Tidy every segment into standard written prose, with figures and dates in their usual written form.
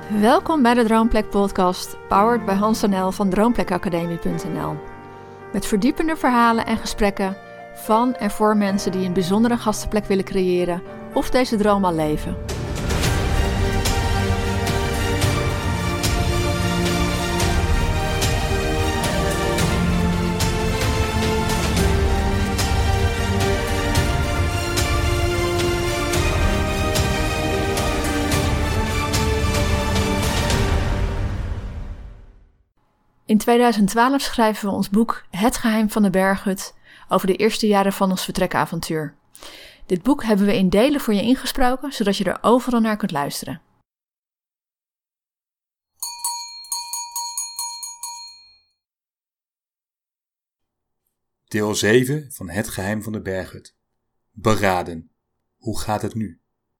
Welkom bij de Droomplek podcast, powered by Hans NL van droomplekacademie.nl. Met verdiepende verhalen en gesprekken van en voor mensen die een bijzondere gastenplek willen creëren of deze droom al leven. In 2012 schrijven we ons boek Het geheim van de berghut over de eerste jaren van ons vertrekavontuur. Dit boek hebben we in delen voor je ingesproken, zodat je er overal naar kunt luisteren. Deel 7 van Het geheim van de berghut. Beraden. Hoe gaat het nu?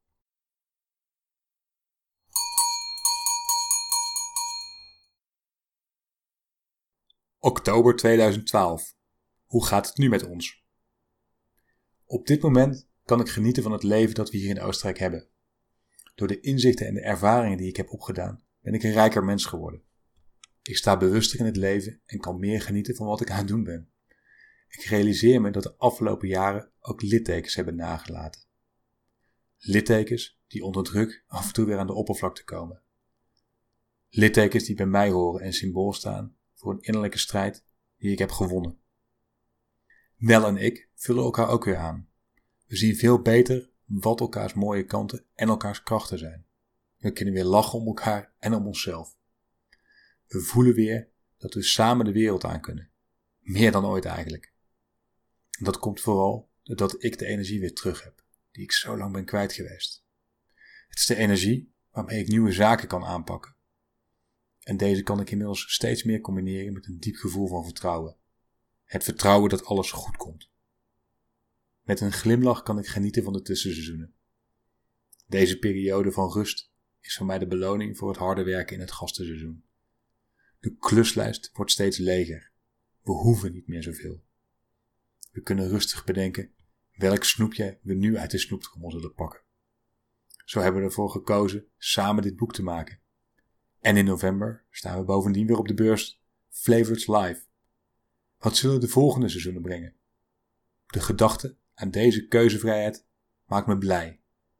Oktober 2012. Hoe gaat het nu met ons? Op dit moment kan ik genieten van het leven dat we hier in Oostenrijk hebben. Door de inzichten en de ervaringen die ik heb opgedaan, ben ik een rijker mens geworden. Ik sta bewuster in het leven en kan meer genieten van wat ik aan het doen ben. Ik realiseer me dat de afgelopen jaren ook littekens hebben nagelaten. Littekens die onder druk af en toe weer aan de oppervlakte komen. Littekens die bij mij horen en symbool staan voor een innerlijke strijd die ik heb gewonnen. Nel en ik vullen elkaar ook weer aan. We zien veel beter wat elkaars mooie kanten en elkaars krachten zijn. We kunnen weer lachen om elkaar en om onszelf. We voelen weer dat we samen de wereld aan kunnen. Meer dan ooit eigenlijk. En dat komt vooral doordat ik de energie weer terug heb, die ik zo lang ben kwijt geweest. Het is de energie waarmee ik nieuwe zaken kan aanpakken. En deze kan ik inmiddels steeds meer combineren met een diep gevoel van vertrouwen. Het vertrouwen dat alles goed komt. Met een glimlach kan ik genieten van de tussenseizoenen. Deze periode van rust is voor mij de beloning voor het harde werken in het gastenseizoen. De kluslijst wordt steeds leger. We hoeven niet meer zoveel. We kunnen rustig bedenken welk snoepje we nu uit de snoeptrommel zullen pakken. Zo hebben we ervoor gekozen samen dit boek te maken. En in november staan we bovendien weer op de beurs Flavors Live. Wat zullen de volgende seizoenen brengen? De gedachte aan deze keuzevrijheid maakt me blij.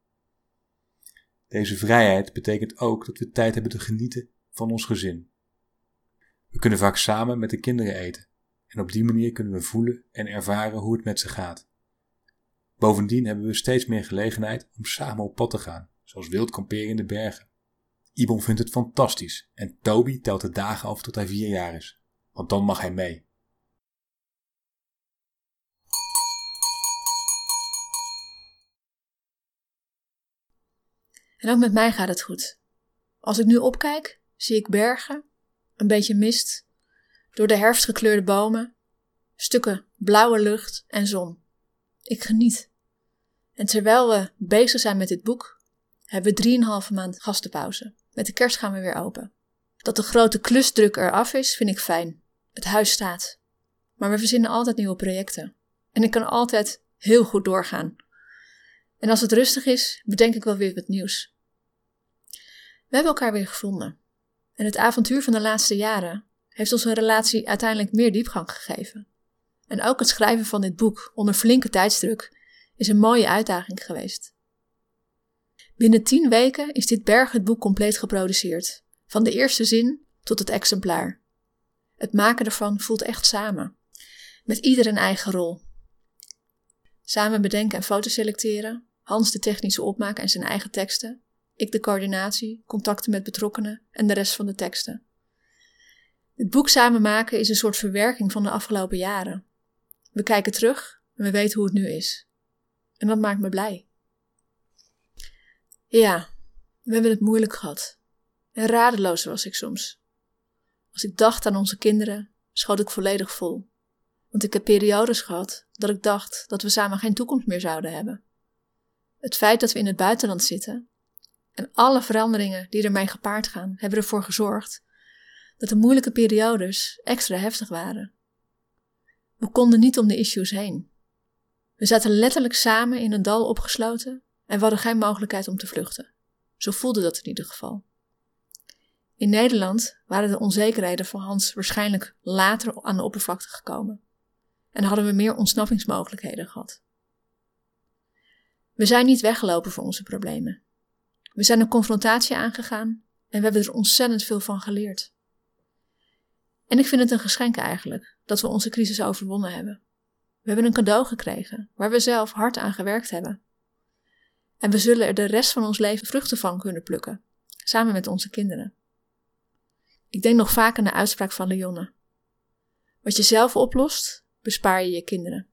Deze vrijheid betekent ook dat we tijd hebben te genieten van ons gezin. We kunnen vaak samen met de kinderen eten en op die manier kunnen we voelen en ervaren hoe het met ze gaat. Bovendien hebben we steeds meer gelegenheid om samen op pad te gaan, zoals wild kamperen in de bergen. Ibon vindt het fantastisch en Toby telt de dagen af tot hij 4 jaar is, want dan mag hij mee. En ook met mij gaat het goed. Als ik nu opkijk, zie ik bergen, een beetje mist, door de herfstgekleurde bomen, stukken blauwe lucht en zon. Ik geniet. En terwijl we bezig zijn met dit boek, hebben we 3,5 maand gastenpauze. Met de kerst gaan we weer open. Dat de grote klusdruk eraf is, vind ik fijn. Het huis staat. Maar we verzinnen altijd nieuwe projecten. En ik kan altijd heel goed doorgaan. En als het rustig is, bedenk ik wel weer wat nieuws. We hebben elkaar weer gevonden. En het avontuur van de laatste jaren heeft onze relatie uiteindelijk meer diepgang gegeven. En ook het schrijven van dit boek onder flinke tijdsdruk is een mooie uitdaging geweest. Binnen 10 weken is dit berghutboek compleet geproduceerd. Van de eerste zin tot het exemplaar. Het maken ervan voelt echt samen. Met ieder een eigen rol. Samen bedenken en foto's selecteren. Hans de technische opmaak en zijn eigen teksten. Ik de coördinatie, contacten met betrokkenen en de rest van de teksten. Het boek samen maken is een soort verwerking van de afgelopen jaren. We kijken terug en we weten hoe het nu is. En dat maakt me blij. Ja, we hebben het moeilijk gehad. En radeloos was ik soms. Als ik dacht aan onze kinderen, schoot ik volledig vol. Want ik heb periodes gehad dat ik dacht dat we samen geen toekomst meer zouden hebben. Het feit dat we in het buitenland zitten en alle veranderingen die ermee gepaard gaan, hebben ervoor gezorgd dat de moeilijke periodes extra heftig waren. We konden niet om de issues heen. We zaten letterlijk samen in een dal opgesloten en we hadden geen mogelijkheid om te vluchten. Zo voelde dat in ieder geval. In Nederland waren de onzekerheden van Hans waarschijnlijk later aan de oppervlakte gekomen. En hadden we meer ontsnappingsmogelijkheden gehad. We zijn niet weggelopen voor onze problemen. We zijn een confrontatie aangegaan en we hebben er ontzettend veel van geleerd. En ik vind het een geschenk eigenlijk, dat we onze crisis overwonnen hebben. We hebben een cadeau gekregen, waar we zelf hard aan gewerkt hebben. En we zullen er de rest van ons leven vruchten van kunnen plukken, samen met onze kinderen. Ik denk nog vaak aan de uitspraak van Leonne. Wat je zelf oplost, bespaar je je kinderen.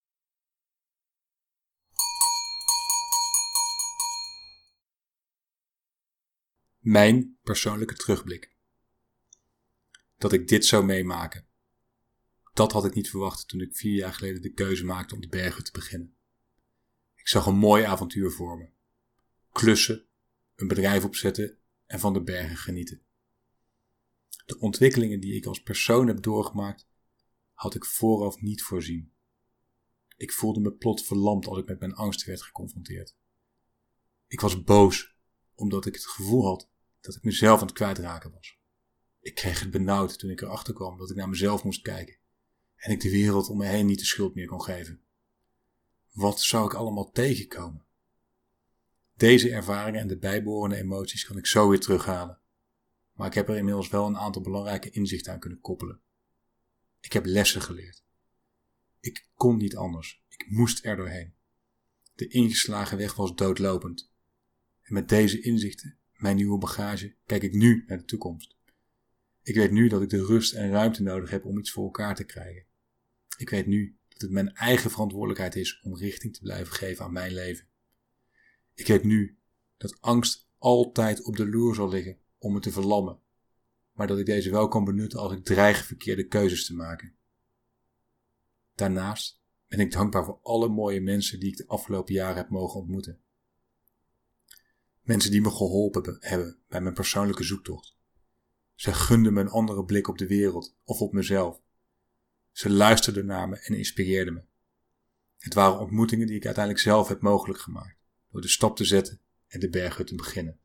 Mijn persoonlijke terugblik. Dat ik dit zou meemaken. Dat had ik niet verwacht toen ik 4 jaar geleden de keuze maakte om de bergen te beginnen. Ik zag een mooi avontuur voor me. Klussen, een bedrijf opzetten en van de bergen genieten. De ontwikkelingen die ik als persoon heb doorgemaakt, had ik vooraf niet voorzien. Ik voelde me plots verlamd als ik met mijn angsten werd geconfronteerd. Ik was boos, omdat ik het gevoel had dat ik mezelf aan het kwijtraken was. Ik kreeg het benauwd toen ik erachter kwam dat ik naar mezelf moest kijken en ik de wereld om me heen niet de schuld meer kon geven. Wat zou ik allemaal tegenkomen? Deze ervaringen en de bijbehorende emoties kan ik zo weer terughalen. Maar ik heb er inmiddels wel een aantal belangrijke inzichten aan kunnen koppelen. Ik heb lessen geleerd. Ik kon niet anders. Ik moest er doorheen. De ingeslagen weg was doodlopend. En met deze inzichten, mijn nieuwe bagage, kijk ik nu naar de toekomst. Ik weet nu dat ik de rust en ruimte nodig heb om iets voor elkaar te krijgen. Ik weet nu dat het mijn eigen verantwoordelijkheid is om richting te blijven geven aan mijn leven. Ik weet nu dat angst altijd op de loer zal liggen om me te verlammen, maar dat ik deze wel kan benutten als ik dreig verkeerde keuzes te maken. Daarnaast ben ik dankbaar voor alle mooie mensen die ik de afgelopen jaren heb mogen ontmoeten. Mensen die me geholpen hebben bij mijn persoonlijke zoektocht. Ze gunden me een andere blik op de wereld of op mezelf. Ze luisterden naar me en inspireerden me. Het waren ontmoetingen die ik uiteindelijk zelf heb mogelijk gemaakt, door de stap te zetten en de berghut te beginnen.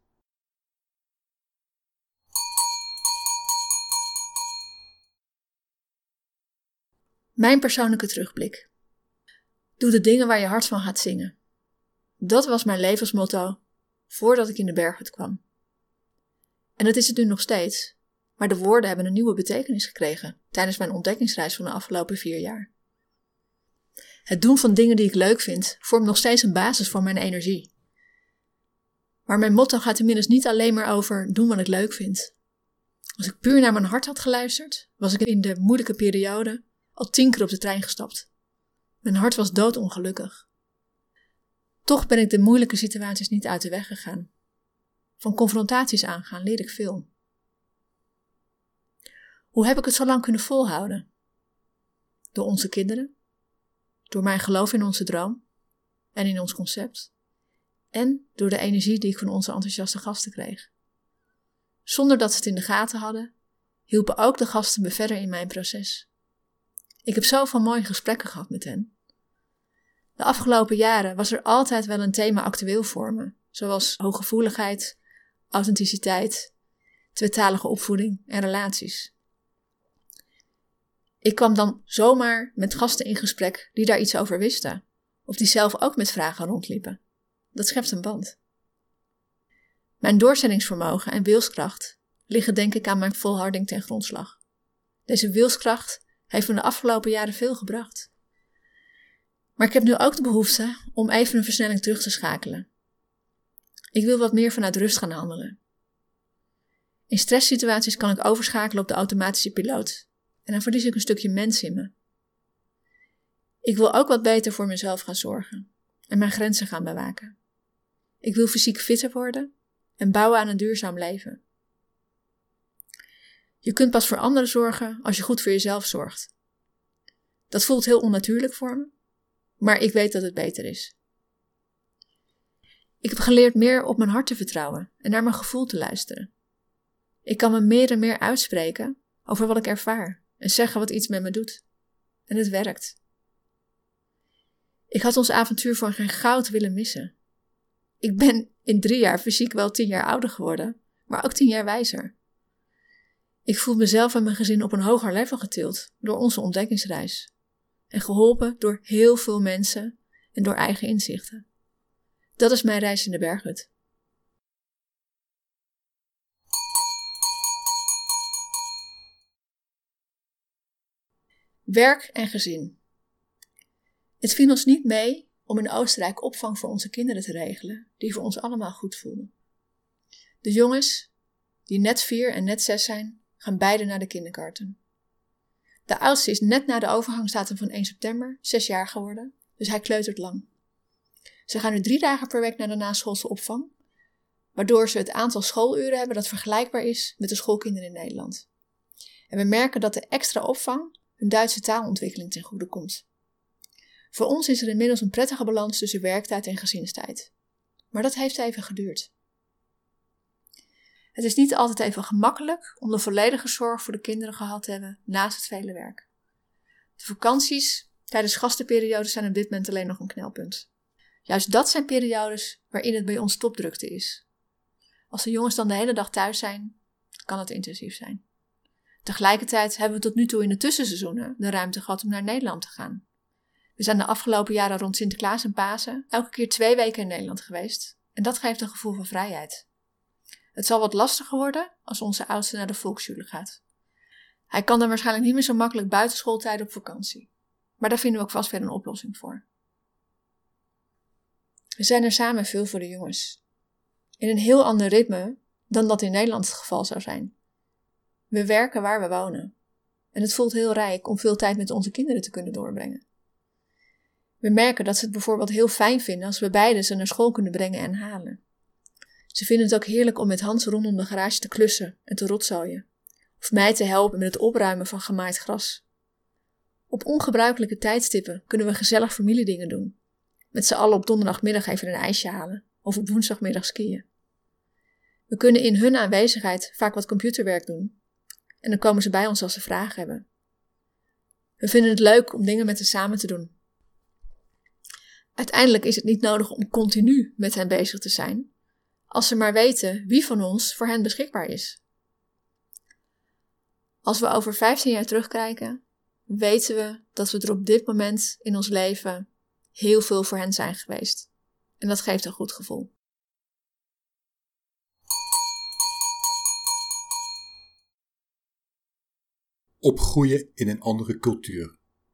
Mijn persoonlijke terugblik. Doe de dingen waar je hart van gaat zingen. Dat was mijn levensmotto voordat ik in de berghut kwam. En dat is het nu nog steeds, maar de woorden hebben een nieuwe betekenis gekregen tijdens mijn ontdekkingsreis van de afgelopen 4 jaar. Het doen van dingen die ik leuk vind vormt nog steeds een basis voor mijn energie. Maar mijn motto gaat inmiddels niet alleen maar over doen wat ik leuk vind. Als ik puur naar mijn hart had geluisterd, was ik in de moeilijke periode al 10 keer op de trein gestapt. Mijn hart was doodongelukkig. Toch ben ik de moeilijke situaties niet uit de weg gegaan. Van confrontaties aangaan leer ik veel. Hoe heb ik het zo lang kunnen volhouden? Door onze kinderen, door mijn geloof in onze droom en in ons concept en door de energie die ik van onze enthousiaste gasten kreeg. Zonder dat ze het in de gaten hadden, hielpen ook de gasten me verder in mijn proces. Ik heb zoveel mooie gesprekken gehad met hen. De afgelopen jaren was er altijd wel een thema actueel voor me, zoals hooggevoeligheid, authenticiteit, tweetalige opvoeding en relaties. Ik kwam dan zomaar met gasten in gesprek die daar iets over wisten, of die zelf ook met vragen rondliepen. Dat schept een band. Mijn doorzettingsvermogen en wilskracht liggen denk ik aan mijn volharding ten grondslag. Deze wilskracht heeft me de afgelopen jaren veel gebracht. Maar ik heb nu ook de behoefte om even een versnelling terug te schakelen. Ik wil wat meer vanuit rust gaan handelen. In stresssituaties kan ik overschakelen op de automatische piloot en dan verlies ik een stukje mens in me. Ik wil ook wat beter voor mezelf gaan zorgen en mijn grenzen gaan bewaken. Ik wil fysiek fitter worden en bouwen aan een duurzaam leven. Je kunt pas voor anderen zorgen als je goed voor jezelf zorgt. Dat voelt heel onnatuurlijk voor me, maar ik weet dat het beter is. Ik heb geleerd meer op mijn hart te vertrouwen en naar mijn gevoel te luisteren. Ik kan me meer en meer uitspreken over wat ik ervaar en zeggen wat iets met me doet. En het werkt. Ik had ons avontuur voor geen goud willen missen. Ik ben in 3 jaar fysiek wel 10 jaar ouder geworden, maar ook 10 jaar wijzer. Ik voel mezelf en mijn gezin op een hoger level getild door onze ontdekkingsreis. En geholpen door heel veel mensen en door eigen inzichten. Dat is mijn reis in de berghut. Werk en gezin. Het viel ons niet mee om in Oostenrijk opvang voor onze kinderen te regelen, die voor ons allemaal goed voelden. De jongens, die net 4 en net 6 zijn, gaan beide naar de kindergarten. De oudste is net na de overgangsdatum van 1 september 6 jaar geworden, dus hij kleutert lang. Ze gaan nu 3 dagen per week naar de naschoolse opvang, waardoor ze het aantal schooluren hebben dat vergelijkbaar is met de schoolkinderen in Nederland. En we merken dat de extra opvang hun Duitse taalontwikkeling ten goede komt. Voor ons is er inmiddels een prettige balans tussen werktijd en gezinstijd. Maar dat heeft even geduurd. Het is niet altijd even gemakkelijk om de volledige zorg voor de kinderen gehad te hebben naast het vele werk. De vakanties tijdens gastenperiodes zijn op dit moment alleen nog een knelpunt. Juist dat zijn periodes waarin het bij ons topdrukte is. Als de jongens dan de hele dag thuis zijn, kan het intensief zijn. Tegelijkertijd hebben we tot nu toe in de tussenseizoenen de ruimte gehad om naar Nederland te gaan. We zijn de afgelopen jaren rond Sinterklaas en Pasen elke keer 2 weken in Nederland geweest en dat geeft een gevoel van vrijheid. Het zal wat lastiger worden als onze oudste naar de Volksschule gaat. Hij kan dan waarschijnlijk niet meer zo makkelijk buitenschooltijd op vakantie. Maar daar vinden we ook vast weer een oplossing voor. We zijn er samen veel voor de jongens. In een heel ander ritme dan dat in Nederland het geval zou zijn. We werken waar we wonen. En het voelt heel rijk om veel tijd met onze kinderen te kunnen doorbrengen. We merken dat ze het bijvoorbeeld heel fijn vinden als we beiden ze naar school kunnen brengen en halen. Ze vinden het ook heerlijk om met Hans rondom de garage te klussen en te rotzooien. Of mij te helpen met het opruimen van gemaaid gras. Op ongebruikelijke tijdstippen kunnen we gezellig familiedingen doen. Met z'n allen op donderdagmiddag even een ijsje halen. Of op woensdagmiddag skiën. We kunnen in hun aanwezigheid vaak wat computerwerk doen. En dan komen ze bij ons als ze vragen hebben. We vinden het leuk om dingen met hen samen te doen. Uiteindelijk is het niet nodig om continu met hen bezig te zijn, als ze maar weten wie van ons voor hen beschikbaar is. Als we over 15 jaar terugkijken, weten we dat we er op dit moment in ons leven heel veel voor hen zijn geweest. En dat geeft een goed gevoel. Opgroeien in een andere cultuur.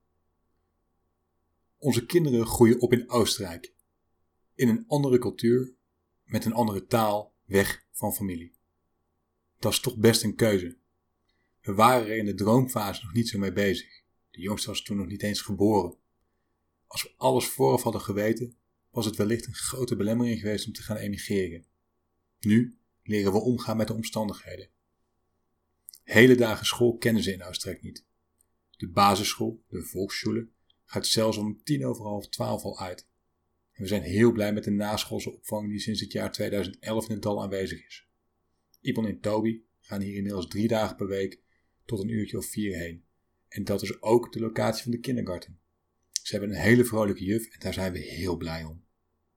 Onze kinderen groeien op in Oostenrijk. In een andere cultuur, met een andere taal, weg van familie. Dat is toch best een keuze. We waren er in de droomfase nog niet zo mee bezig. De jongste was toen nog niet eens geboren. Als we alles vooraf hadden geweten, was het wellicht een grote belemmering geweest om te gaan emigreren. Nu leren we omgaan met de omstandigheden. Hele dagen school kennen ze in Oostenrijk niet. De basisschool, de Volksschule, gaat zelfs om 11:10 al uit. En we zijn heel blij met de naschoolse opvang die sinds het jaar 2011 in het dal aanwezig is. Ibon en Toby gaan hier inmiddels 3 dagen per week tot een uurtje of 4 heen. En dat is ook de locatie van de kindergarten. Ze hebben een hele vrolijke juf en daar zijn we heel blij om.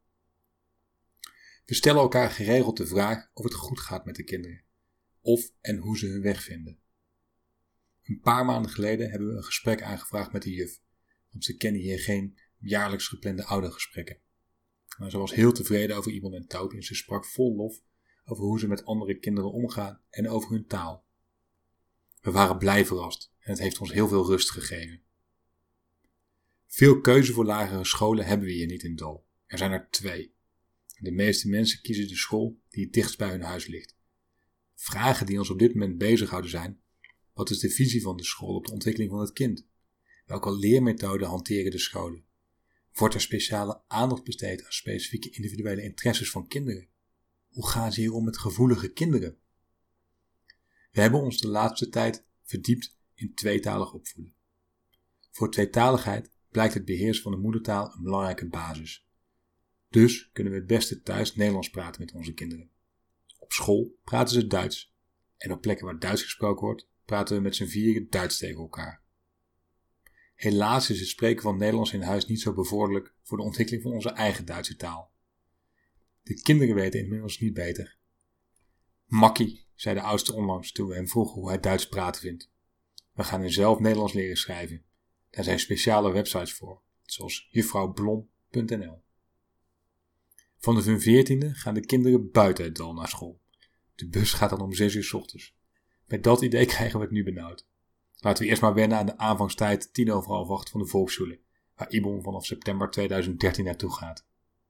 We stellen elkaar geregeld de vraag of het goed gaat met de kinderen. Of en hoe ze hun weg vinden. Een paar maanden geleden hebben we een gesprek aangevraagd met de juf. Want ze kennen hier geen jaarlijks geplande oudergesprekken. Maar ze was heel tevreden over Ibon en Toby en ze sprak vol lof over hoe ze met andere kinderen omgaan en over hun taal. We waren blij verrast en het heeft ons heel veel rust gegeven. Veel keuze voor lagere scholen hebben we hier niet in Dol. Er zijn er 2. De meeste mensen kiezen de school die het dichtst bij hun huis ligt. Vragen die ons op dit moment bezighouden zijn: wat is de visie van de school op de ontwikkeling van het kind? Welke leermethoden hanteren de scholen? Wordt er speciale aandacht besteed aan specifieke individuele interesses van kinderen? Hoe gaan ze hier om met gevoelige kinderen? We hebben ons de laatste tijd verdiept in tweetalig opvoeden. Voor tweetaligheid blijkt het beheersen van de moedertaal een belangrijke basis. Dus kunnen we het beste thuis Nederlands praten met onze kinderen. Op school praten ze Duits. En op plekken waar Duits gesproken wordt, praten we met z'n 4 Duits tegen elkaar. Helaas is het spreken van Nederlands in huis niet zo bevorderlijk voor de ontwikkeling van onze eigen Duitse taal. De kinderen weten inmiddels niet beter. Makkie zei de oudste onlangs toen we hem vroegen hoe hij Duits praten vindt. We gaan hem zelf Nederlands leren schrijven. Daar zijn speciale websites voor, zoals juffrouwblom.nl. Vanaf hun 14e gaan de kinderen buiten het dal naar school. De bus gaat dan om 6 uur 's ochtends. Met dat idee krijgen we het nu benauwd. Laten we eerst maar wennen aan de aanvangstijd 8:10 van de volksschule, waar Ibon vanaf september 2013 naartoe gaat.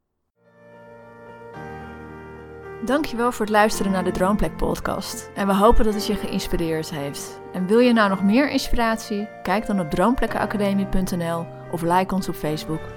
Dankjewel voor het luisteren naar de Droomplek podcast. En we hopen dat het je geïnspireerd heeft. En wil je nou nog meer inspiratie? Kijk dan op droomplekkenacademie.nl of like ons op Facebook.